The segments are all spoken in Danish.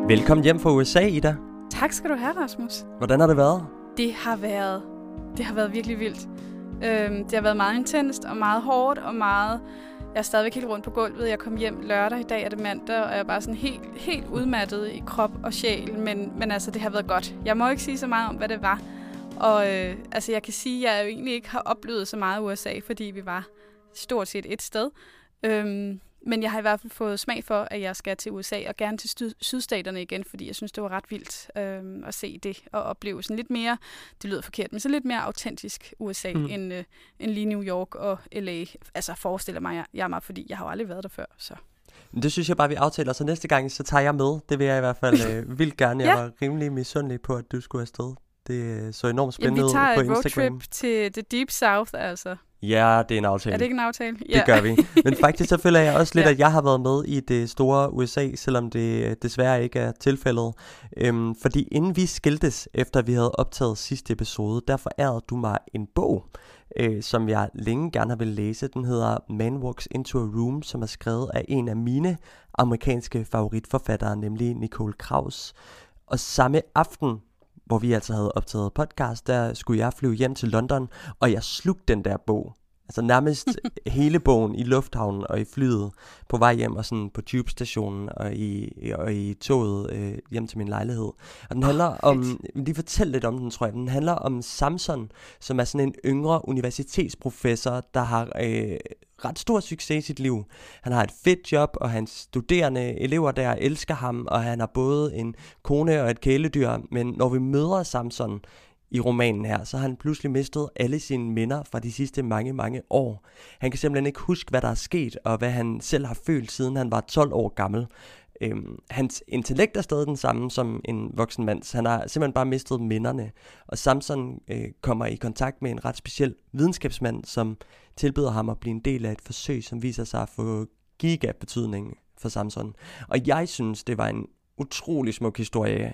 Velkommen hjem fra USA, Ida. Tak skal du have, Rasmus. Hvordan har det været? Det har været virkelig vildt. Det har været meget intenst og meget hårdt og meget... Jeg er stadigvæk helt rundt på gulvet. Jeg kom hjem lørdag, i dag er det mandag, og jeg er bare sådan helt udmattet i krop og sjæl. Men altså, det har været godt. Jeg må ikke sige så meget om, hvad det var. Og altså, jeg kan sige, at jeg jo egentlig ikke har oplevet så meget USA, fordi vi var stort set et sted. Men jeg har i hvert fald fået smag for, at jeg skal til USA og gerne til sydstaterne igen, fordi jeg synes, det var ret vildt at se det og opleve sådan lidt mere, det lyder forkert, men så lidt mere autentisk USA end lige New York og LA. Altså forestiller mig, fordi jeg har jo aldrig været der før. Så. Det synes jeg bare, vi aftaler, så næste gang, så tager jeg med. Det vil jeg i hvert fald vildt gerne. Jeg var rimelig misundelig på, at du skulle afsted. Det så enormt spændende ud på Instagram. Vi tager et roadtrip til The Deep South, altså. Ja, det er en aftale. Er det ikke en aftale? Det gør vi. Men faktisk så føler jeg også lidt, at jeg har været med i det store USA, selvom det desværre ikke er tilfældet. Fordi inden vi skiltes, efter vi havde optaget sidste episode, der forærede du mig en bog, som jeg længe gerne har vil læse. Den hedder Man Walks Into a Room, som er skrevet af en af mine amerikanske favoritforfattere, nemlig Nicole Krauss. Og samme aften, hvor vi altså havde optaget podcast, der skulle jeg flyve hjem til London, og jeg slugte den der bog. Altså nærmest hele bogen i lufthavnen og i flyet på vej hjem og sådan på tube-stationen og i toget hjem til min lejlighed. Og den handler om, lige fortæl lidt om den, tror jeg. Den handler om Samson, som er sådan en yngre universitetsprofessor, der har ret stor succes i sit liv. Han har et fedt job, og hans studerende elever der elsker ham, og han har både en kone og et kæledyr. Men når vi møder Samson i romanen her, så har han pludselig mistet alle sine minder fra de sidste mange år. Han kan simpelthen ikke huske, hvad der er sket, og hvad han selv har følt, siden han var 12 år gammel. Hans intellekt er stadig den samme som en voksen mands. Han har simpelthen bare mistet minderne. Og Samson kommer i kontakt med en ret speciel videnskabsmand, som tilbyder ham at blive en del af et forsøg, som viser sig at få gigabetydning for Samson. Og jeg synes, det var en utrolig smuk historie.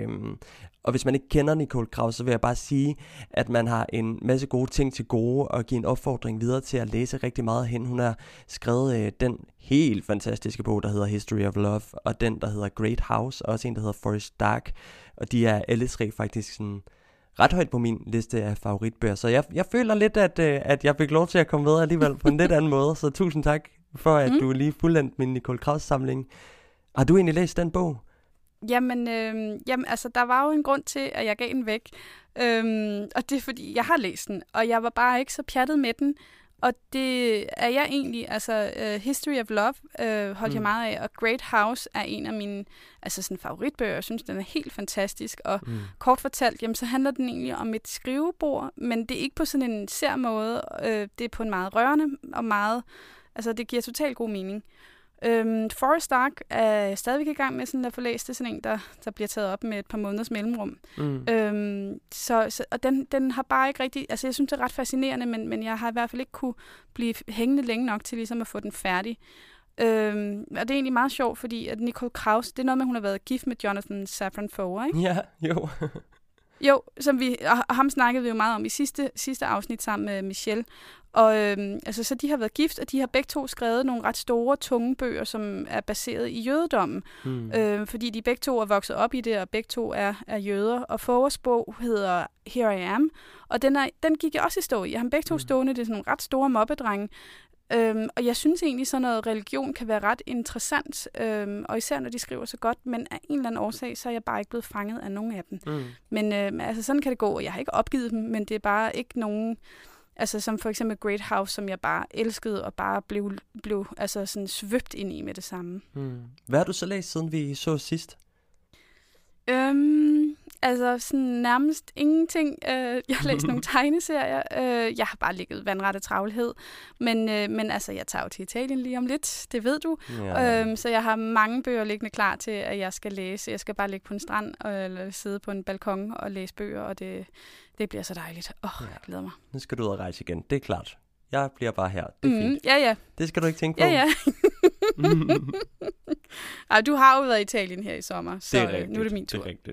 Og hvis man ikke kender Nicole Krauss, så vil jeg bare sige, at man har en masse gode ting til gode, og give en opfordring videre til at læse rigtig meget af hende. Hun har skrevet den helt fantastiske bog, der hedder History of Love, og den, der hedder Great House, og også en, der hedder Forrest Dark. Og de er alle tre faktisk sådan ret højt på min liste af favoritbøger. Så jeg føler lidt, at jeg fik lov til at komme med alligevel på en lidt anden måde. Så tusind tak for, at du lige fuldendte min Nicole Krauss-samling. Har du egentlig læst den bog? Jamen, altså, der var jo en grund til, at jeg gav den væk. Og det er, fordi jeg har læst den, og jeg var bare ikke så pjattet med den. Og det er jeg egentlig, altså History of Love holdt jeg meget af, og Great House er en af mine sådan favoritbøger. Jeg synes, den er helt fantastisk, og kort fortalt, jamen, så handler den egentlig om et skrivebord, men det er ikke på sådan en sær måde. Det er på en meget rørende, og meget, altså det giver totalt god mening. Forrest Dark er stadigvæk i gang med sådan at få læst det, sådan en, der bliver taget op med et par måneders mellemrum. Og den har bare ikke rigtig, altså jeg synes, det er ret fascinerende, men jeg har i hvert fald ikke kunne blive hængende længe nok til ligesom at få den færdig. Og det er egentlig meget sjovt, fordi at Nicole Krauss, det er noget med, hun har været gift med Jonathan Safran Foer, ikke? Ja, jo. Jo, som og ham snakkede vi jo meget om i sidste afsnit sammen med Michelle. Og altså, så de har været gift, og de har begge to skrevet nogle ret store, tunge bøger, som er baseret i jødedommen. Fordi de begge to er vokset op i det, og begge to er jøder. Og Foers bog hedder Here I Am, og den gik jeg også i stå i. Jeg har begge to stående, det er sådan nogle ret store mobbedrenge. Og jeg synes egentlig, sådan noget religion kan være ret interessant, og især når de skriver så godt, men af en eller anden årsag, så er jeg bare ikke blevet fanget af nogen af dem. Men altså, sådan kan det gå, og jeg har ikke opgivet dem, men det er bare ikke nogen, altså som for eksempel Great House, som jeg bare elskede, og bare blev altså sådan svøbt ind i med det samme. Hvad har du så læst, siden vi så sidst? Altså sådan nærmest ingenting. Jeg har læst nogle tegneserier. Jeg har bare ligget vandret af travlhed. Men altså, jeg tager jo til Italien lige om lidt. Det ved du. Ja. Så jeg har mange bøger liggende klar til, at jeg skal læse. Jeg skal bare ligge på en strand eller sidde på en balkon og læse bøger, og det bliver så dejligt. Jeg glæder mig. Nu skal du ud og rejse igen. Det er klart. Jeg bliver bare her. Det er fint. Ja. Det skal du ikke tænke på. Ja. Ej, du har jo været i Italien her i sommer, så det er rigtigt, nu er det min tur. Det er rigtigt.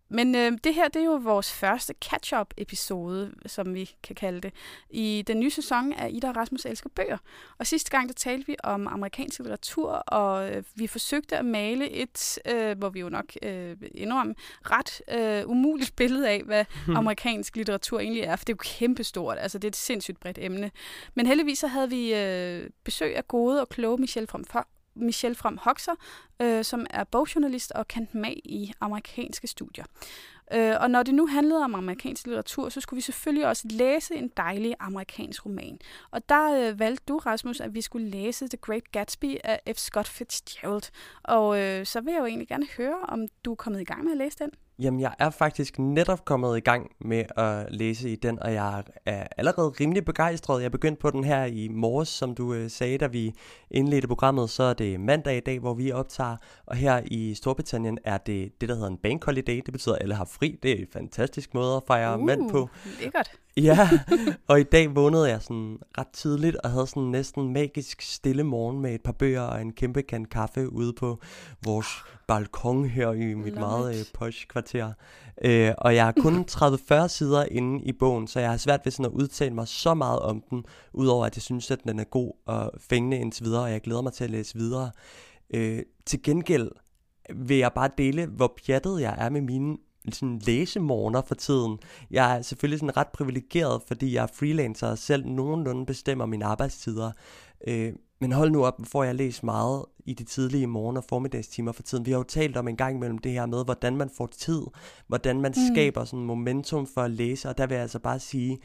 Men det her, det er jo vores første catch-up-episode, som vi kan kalde det, i den nye sæson af Ida og Rasmus elsker bøger. Og sidste gang, der talte vi om amerikansk litteratur, og vi forsøgte at male et, hvor vi jo nok indrømmer, ret umuligt billede af, hvad amerikansk litteratur egentlig er, for det er jo kæmpestort, altså det er et sindssygt bredt emne. Men heldigvis så havde vi besøg af gode og kloge Michelle From Hoxer, som er bogjournalist og kendt med i amerikanske studier. Og når det nu handlede om amerikansk litteratur, så skulle vi selvfølgelig også læse en dejlig amerikansk roman. Og der valgte du, Rasmus, at vi skulle læse The Great Gatsby af F. Scott Fitzgerald. Og så vil jeg jo egentlig gerne høre, om du er kommet i gang med at læse den. Jamen, jeg er faktisk netop kommet i gang med at læse i den, og jeg er allerede rimelig begejstret. Jeg begyndte på den her i morges, som du sagde, da vi indledte programmet. Så er det mandag i dag, hvor vi optager, og her i Storbritannien er det, der hedder en bank holiday. Det betyder, at alle har fri. Det er en fantastisk måde at fejre mand på. Lækkert. Ja, og i dag vågnede jeg sådan ret tidligt og havde sådan næsten magisk stille morgen med et par bøger og en kæmpe kan kaffe ude på vores balkon her i mit meget posh kvarter. Og jeg er kun 30-40 sider inde i bogen, så jeg har svært ved sådan at udtale mig så meget om den, udover at jeg synes, at den er god og fængende indtil videre, og jeg glæder mig til at læse videre. Til gengæld vil jeg bare dele, hvor pjattet jeg er med mine sådan læsemorgener for tiden. Jeg er selvfølgelig sådan ret privilegeret, fordi jeg er freelancer og selv nogenlunde bestemmer mine arbejdstider. Men hold nu op, får jeg læst meget i de tidlige morgen- og formiddagstimer for tiden. Vi har jo talt om en gang imellem det her med, hvordan man får tid, hvordan man skaber sådan momentum for at læse, og der vil jeg altså bare sige,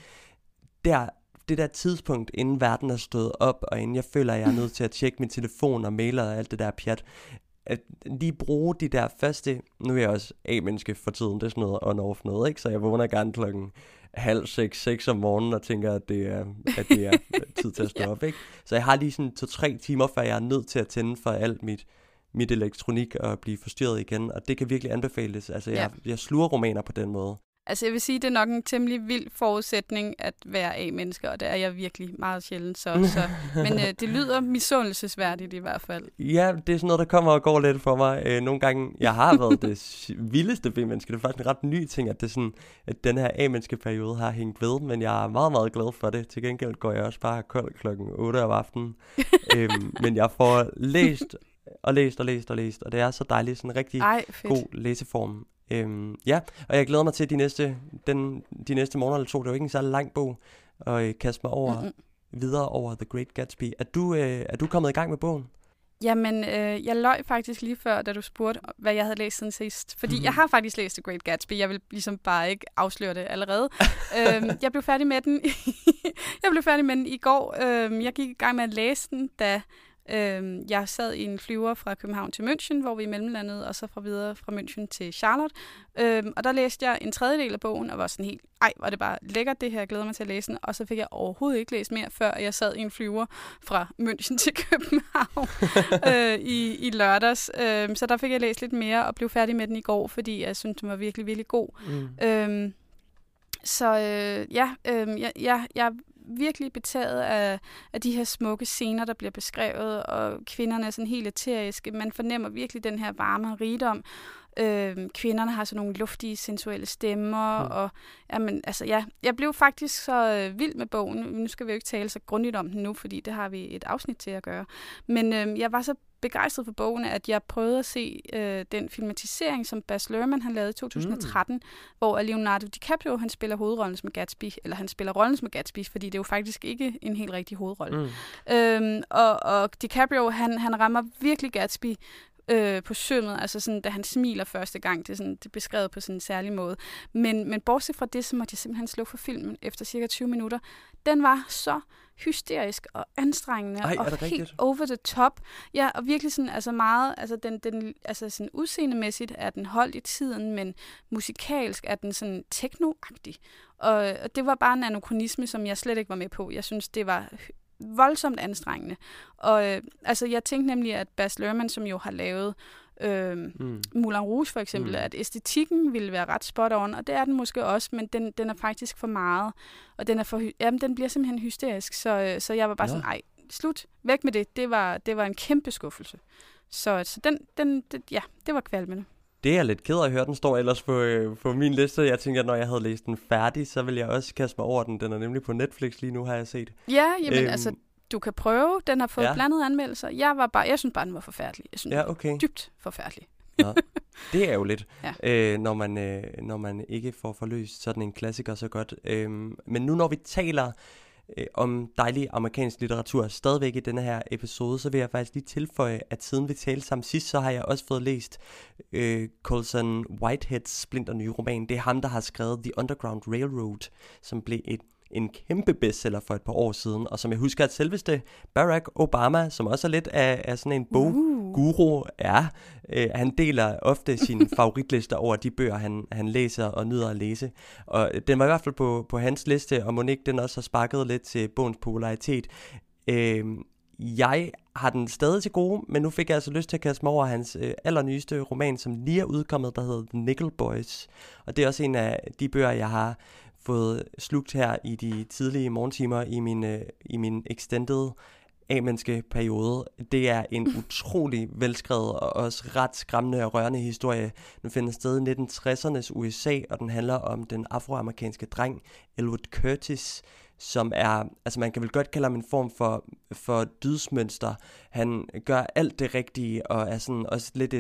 det der tidspunkt, inden verden er stået op, og inden jeg føler, at jeg er nødt til at tjekke min telefon og mailer og alt det der pjat, at lige bruge de der første, nu er jeg også A-menneske for tiden, det er sådan noget on-off noget, ikke? Så jeg vågner gerne 5:30-6 om morgenen og tænker, at det er tid til at stå op, ikke? Så jeg har lige sådan 2-3 timer, før jeg er nødt til at tænde for alt mit elektronik og blive forstyrret igen, og det kan virkelig anbefales. Altså, jeg sluger romaner på den måde. Altså jeg vil sige, det er nok en temmelig vild forudsætning at være A-menneske, og det er jeg virkelig meget sjældent. Men det lyder misundelsesværdigt i hvert fald. Ja, det er sådan noget, der kommer og går lidt for mig. Nogle gange, jeg har været det vildeste B-menneske. Det er faktisk en ret ny ting, at det sådan, at den her A-menneskeperiode har hængt ved, men jeg er meget, meget glad for det. Til gengæld går jeg også bare kold klokken 8 om aftenen. Men jeg får læst, og det er så dejligt. Sådan en rigtig god læseform. Og jeg glæder mig til de næste måneder eller to. Det er jo ikke en særlig lang bog at kaste mig videre over The Great Gatsby. Er du kommet i gang med bogen? Jamen, jeg løj faktisk lige før, da du spurgte, hvad jeg havde læst siden sidst. Fordi jeg har faktisk læst The Great Gatsby. Jeg vil ligesom bare ikke afsløre det allerede. Jeg blev færdig med den. I går. Jeg gik i gang med at læse den, da jeg sad i en flyver fra København til München, hvor vi mellemlandede, og så videre fra München til Charlotte. Og der læste jeg en tredjedel af bogen, og var sådan helt, var det bare lækkert det her, jeg glæder mig til at læse den. Og så fik jeg overhovedet ikke læst mere, før jeg sad i en flyver fra München til København i lørdags. Så der fik jeg læst lidt mere, og blev færdig med den i går, fordi jeg synes, den var virkelig, virkelig god. Jeg er virkelig betaget af de her smukke scener, der bliver beskrevet, og kvinderne er sådan helt eteriske. Man fornemmer virkelig den her varme og rigdom. Kvinderne har sådan nogle luftige, sensuelle stemmer, og jeg blev faktisk så vild med bogen. Nu skal vi jo ikke tale så grundigt om den nu, fordi det har vi et afsnit til at gøre. Men jeg var så begejstret for bogen, at jeg prøvede at se den filmatisering, som Baz Luhrmann han lavede i 2013, hvor Leonardo DiCaprio han spiller hovedrollen som Gatsby, eller han spiller rollen som Gatsby, fordi det er jo faktisk ikke en helt rigtig hovedrolle. Og DiCaprio han rammer virkelig Gatsby på sømmet, altså sådan, da han smiler første gang, det er beskrevet på sådan en særlig måde. Men bortset fra det, så måtte jeg simpelthen slukke for filmen efter cirka 20 minutter. Den var så hysterisk og anstrengende og helt over the top. Ja, og virkelig sådan, altså meget, altså sådan udseendemæssigt er den holdt i tiden, men musikalsk er den sådan techno-agtig. Og det var bare en anachronisme, som jeg slet ikke var med på. Jeg synes, det var voldsomt anstrengende. Og jeg tænkte nemlig, at Baz Luhrmann, som jo har lavet Moulin Rouge for eksempel, at æstetikken ville være ret spot on, og det er den måske også, men den er faktisk for meget, og den bliver simpelthen hysterisk, så jeg var bare sådan, slut, væk med det. Det var en kæmpe skuffelse. Så det var kvalmende. Det er jeg lidt ked af at høre. Den står ellers på min liste. Jeg tænker, at når jeg havde læst den færdig, så ville jeg også kaste mig over den. Den er nemlig på Netflix lige nu, har jeg set. Ja, jamen altså, du kan prøve. Den har fået blandede anmeldelser. Jeg synes bare, den var forfærdelig. Jeg synes, den var dybt forfærdelig. Nå, det er jo lidt, når man ikke får forløst sådan en klassiker så godt. Men nu når vi taler om dejlig amerikansk litteratur stadigvæk i denne her episode, så vil jeg faktisk lige tilføje, at siden vi talte sammen sidst, så har jeg også fået læst Colson Whiteheads splinternye roman. Det er ham, der har skrevet The Underground Railroad, som blev en kæmpe bestseller for et par år siden, og som jeg husker, at selveste Barack Obama, som også er lidt af sådan en bogguru, han deler ofte sine favoritlister over de bøger, han læser og nyder at læse. Og den var i hvert fald på hans liste, og Monique, den også har sparket lidt til bogens popularitet. Jeg har den stadig til gode, men nu fik jeg altså lyst til at kaste mig over hans allernyeste roman, som lige er udkommet, der hedder The Nickel Boys. Og det er også en af de bøger, jeg har fået slugt her i de tidlige morgentimer i min extended A-menneske periode. Det er en utrolig velskrevet og også ret skræmmende og rørende historie. Den finder sted i 1960'ernes USA, og den handler om den afroamerikanske dreng Elwood Curtis, som er, altså man kan vel godt kalde ham en form for dydsmønster. Han gør alt det rigtige og er sådan også lidt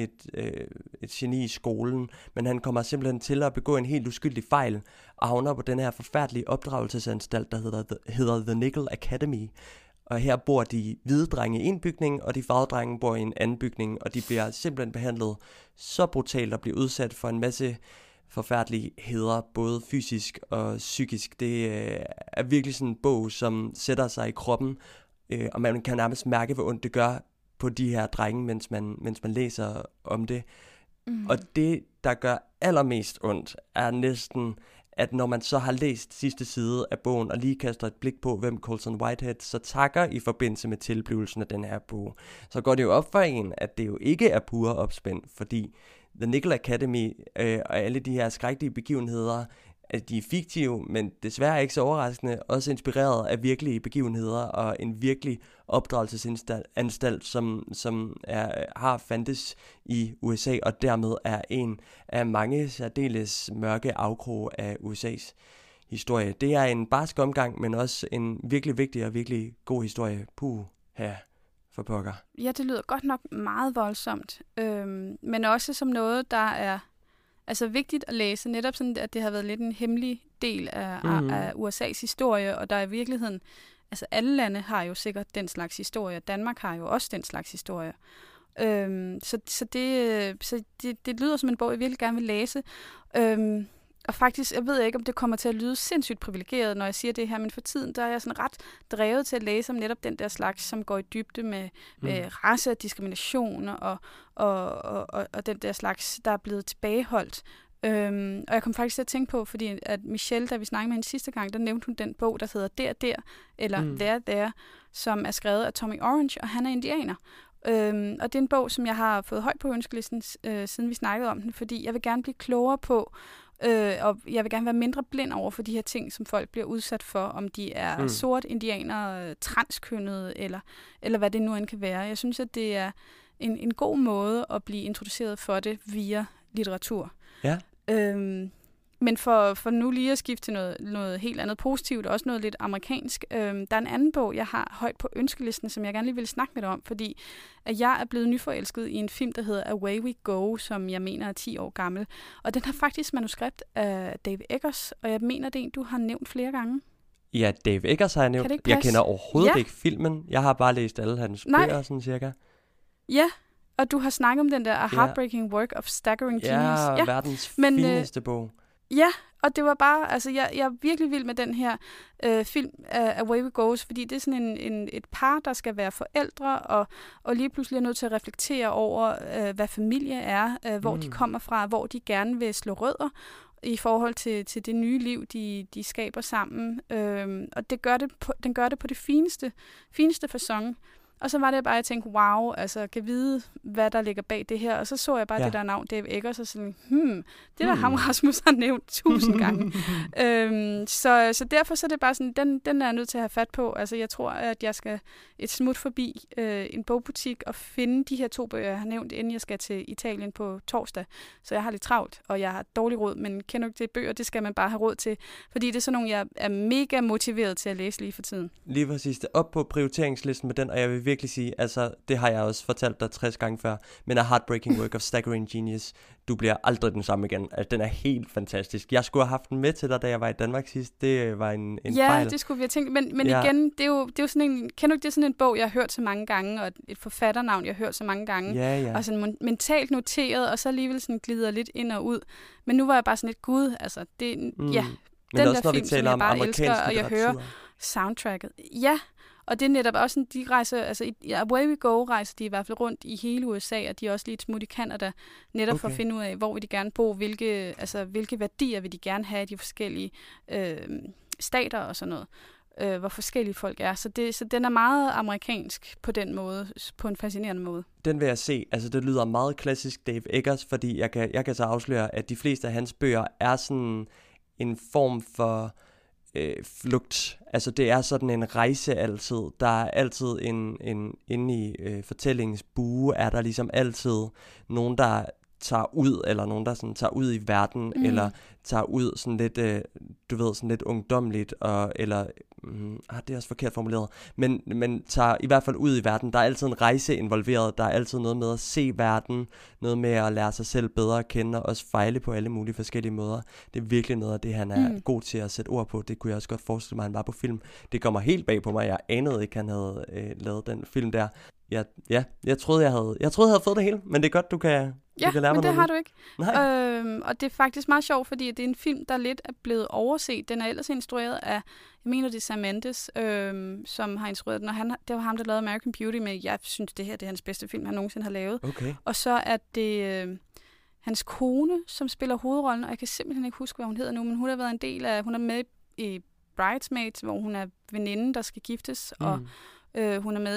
et geni i skolen, men han kommer simpelthen til at begå en helt uskyldig fejl og havner på den her forfærdelige opdragelsesanstalt, der hedder The Nickel Academy. Og her bor de hvide drenge i en bygning, og de farvede drenge bor i en anden bygning, og de bliver simpelthen behandlet så brutalt og bliver udsat for en masse forfærdeligheder, både fysisk og psykisk. Det er virkelig sådan en bog, som sætter sig i kroppen, og man kan nærmest mærke, hvor ondt det gør på de her drenge, mens man læser om det. Og det, der gør allermest ondt, er næsten, at når man så har læst sidste side af bogen, og lige kaster et blik på, hvem Colson Whitehead så takker i forbindelse med tilblivelsen af den her bog, så går det jo op for en, at det jo ikke er pure opspænd, fordi The Nickel Academy og alle de her skrækkelige begivenheder, at de er fiktive, men desværre ikke så overraskende, også inspireret af virkelige begivenheder og en virkelig opdragelsesanstalt, som har fandtes i USA, og dermed er en af mange særdeles mørke afkroge af USA's historie. Det er en barsk omgang, men også en virkelig vigtig og virkelig god historie. Her for pokker. Ja, det lyder godt nok meget voldsomt, men også som noget, der er altså vigtigt at læse, netop sådan, at det har været lidt en hemmelig del af USA's historie, og der er i virkeligheden, altså alle lande har jo sikkert den slags historie, Danmark har jo også den slags historie. Så det lyder som en bog, jeg virkelig gerne vil læse. Og faktisk, jeg ved ikke, om det kommer til at lyde sindssygt privilegeret, når jeg siger det her, men for tiden, der er jeg sådan ret drevet til at læse om netop den der slags, som går i dybde med race og diskrimination og den der slags, der er blevet tilbageholdt. Og jeg kom faktisk til at tænke på, fordi at Michelle, da vi snakkede med hende sidste gang, der nævnte hun den bog, der hedder Der, eller There, som er skrevet af Tommy Orange, og han er indianer. Og det er en bog, som jeg har fået højt på ønskelisten, siden vi snakkede om den, fordi jeg vil gerne blive klogere på, og jeg vil gerne være mindre blind over for de her ting, som folk bliver udsat for, om de er sort indianere, transkønnede, eller hvad det nu end kan være. Jeg synes, at det er en god måde at blive introduceret for det via litteratur. Ja. Men for nu lige at skifte til noget helt andet positivt, også noget lidt amerikansk. Der er en anden bog, jeg har højt på ønskelisten, som jeg gerne lige vil snakke med dig om, fordi at jeg er blevet nyforelsket i en film, der hedder Away We Go, som jeg mener er 10 år gammel. Og den har faktisk manuskript af Dave Eggers, og jeg mener, det er en, du har nævnt flere gange. Ja, Dave Eggers har jeg nævnt. Jeg kender overhovedet ikke filmen. Jeg har bare læst alle hans bøger, sådan cirka. Ja, og du har snakket om den der A Heartbreaking Work of Staggering Genius. Ja, verdens fineste bog. Ja, og det var bare, altså jeg er virkelig vild med den her film Away We Goes, fordi det er sådan et par, der skal være forældre, og lige pludselig er nødt til at reflektere over, hvad familie er, hvor de kommer fra, hvor de gerne vil slå rødder i forhold til det nye liv, de skaber sammen. Og den gør det på det fineste facon. Og så var det bare, jeg tænkte, wow, altså kan vide, hvad der ligger bag det her. Og så så jeg bare det der navn, Dave Eggers, og sådan, det der ham Rasmus har nævnt 1000 gange. Så derfor så er det bare sådan, den er jeg nødt til at have fat på. Altså jeg tror, at jeg skal et smut forbi en bogbutik og finde de her 2 bøger, jeg har nævnt, inden jeg skal til Italien på torsdag. Så jeg har lidt travlt, og jeg har dårlig råd, men kender du ikke det bøger, det skal man bare have råd til. Fordi det er sådan nogle, jeg er mega motiveret til at læse lige for tiden. Lige præcis, det op på prioriteringslisten med den, og jeg vil virkelig sige, altså det har jeg også fortalt dig 60 gange før, men A Heartbreaking Work of Staggering Genius, du bliver aldrig den samme igen. Altså den er helt fantastisk. Jeg skulle have haft den med til dig, da jeg var i Danmark sidst. Det var en fejl. Ja, det skulle vi have tænkt. Men igen, det er jo sådan en, kender du ikke, det er sådan en bog, jeg har hørt så mange gange, og et forfatternavn, jeg har hørt så mange gange. Ja. Og sådan mentalt noteret, og så alligevel sådan glider lidt ind og ud. Men nu var jeg bare sådan lidt, gud, altså det, Men den også, der film, som jeg bare elsker, og jeg hører soundtracket. Ja, og det er netop også sådan, de rejser, altså i Away We Go rejser de i hvert fald rundt i hele USA, og de er også lige et smut i Canada, netop for at finde ud af, hvor vil de gerne bo, hvilke værdier vil de gerne have i de forskellige stater og sådan noget, hvor forskellige folk er. Så den er meget amerikansk på den måde, på en fascinerende måde. Den vil jeg se. Altså det lyder meget klassisk Dave Eggers, fordi jeg kan så afsløre, at de fleste af hans bøger er sådan en form for flugt. Altså det er sådan en rejse altid. Der er altid inde i fortællingens bue, er der ligesom altid nogen, der tager ud, eller nogen, der sådan tager ud i verden, eller tager ud sådan lidt, du ved, sådan lidt ungdomligt, eller det er også forkert formuleret, men tager i hvert fald ud i verden. Der er altid en rejse involveret, der er altid noget med at se verden, noget med at lære sig selv bedre at kende, og også fejle på alle mulige forskellige måder. Det er virkelig noget af det, han er god til at sætte ord på. Det kunne jeg også godt forestille mig, han var på film. Det kommer helt bag på mig. Jeg anede ikke, han havde lavet den film der. Jeg troede, jeg havde fået det hele, men det er godt, du kan lære mig noget. Ja, men det har du ikke. Nej. Og det er faktisk meget sjovt, fordi det er en film, der lidt er blevet overset. Den er ellers instrueret af, jeg mener det er Sam Mendes, som har instrueret den, og det var ham, der lavede American Beauty, men jeg synes, det her det er hans bedste film, han nogensinde har lavet. Okay. Og så er det hans kone, som spiller hovedrollen, og jeg kan simpelthen ikke huske, hvad hun hedder nu, men hun har været en del af, hun er med i Bridesmaids, hvor hun er veninden, der skal giftes, og hun er med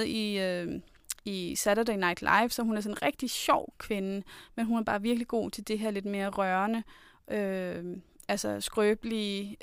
i Saturday Night Live, så hun er sådan en rigtig sjov kvinde, men hun er bare virkelig god til det her lidt mere rørende, altså skrøbelige,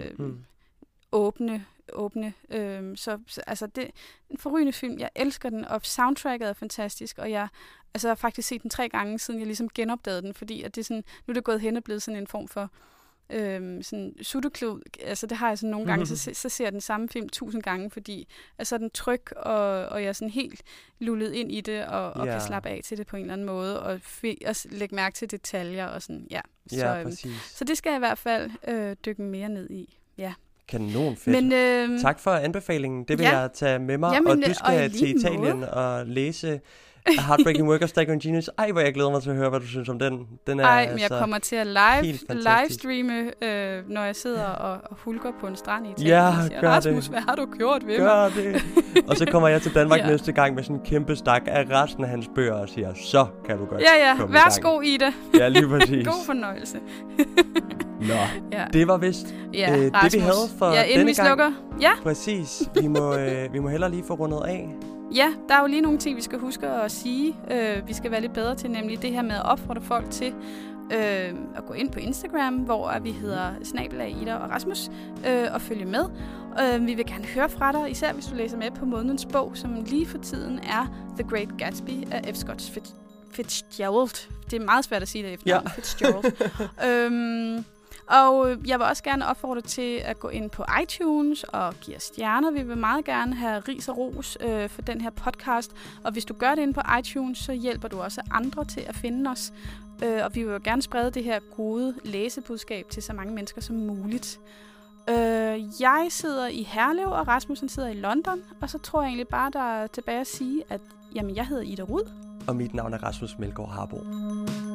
åbne. Så altså det er en forrygende film. Jeg elsker den, og soundtracket er fantastisk, og jeg har faktisk set den 3 gange, siden jeg ligesom genopdagede den, fordi at det sådan, nu er det gået hen og blevet sådan en form for sådan sutteklud. Altså det har jeg sådan nogle gange, så ser jeg den samme film 1000 gange, fordi altså den tryg, og jeg er sådan helt lullet ind i det, og kan slappe af til det på en eller anden måde, og lægge mærke til detaljer og sådan, så det skal jeg i hvert fald dykke mere ned i. Ja. Kanon fedt. Men, tak for anbefalingen. Det vil jeg tage med mig, og du skal til Italien og læse A Heartbreaking Work of Staggering Genius. Ej, hvor jeg glæder mig til at høre, hvad du synes om den. Den er men jeg kommer til at livestreame, når jeg sidder og hulker på en strand i Italien. Ja, gør Rasmus, hvad har du gjort ved mig? Gør det. Og så kommer jeg til Danmark næste gang med sådan en kæmpe stak af resten af hans bøger og siger, så kan du godt komme værsgo Ida. Ja, lige præcis. God fornøjelse. Nå, det var vist det, vi havde for denne inden vi slukker. Ja. Præcis. Vi må hellere lige få rundet af. Ja, der er jo lige nogle ting, vi skal huske at sige. Vi skal være lidt bedre til, nemlig det her med at opfordre folk til at gå ind på Instagram, hvor vi hedder @Ida og Rasmus, og følge med. Vi vil gerne høre fra dig, især hvis du læser med på månedens bog, som lige for tiden er The Great Gatsby af F. Scott Fitzgerald. Det er meget svært at sige det efter Fitzgerald. Og jeg vil også gerne opfordre til at gå ind på iTunes og give os stjerner. Vi vil meget gerne have ris og ros for den her podcast. Og hvis du gør det inde på iTunes, så hjælper du også andre til at finde os. Og vi vil jo gerne sprede det her gode læsebudskab til så mange mennesker som muligt. Jeg sidder i Herlev, og Rasmussen sidder i London. Og så tror jeg egentlig bare, der er tilbage at sige, at jeg hedder Ida Rud. Og mit navn er Rasmus Melgaard Harbo.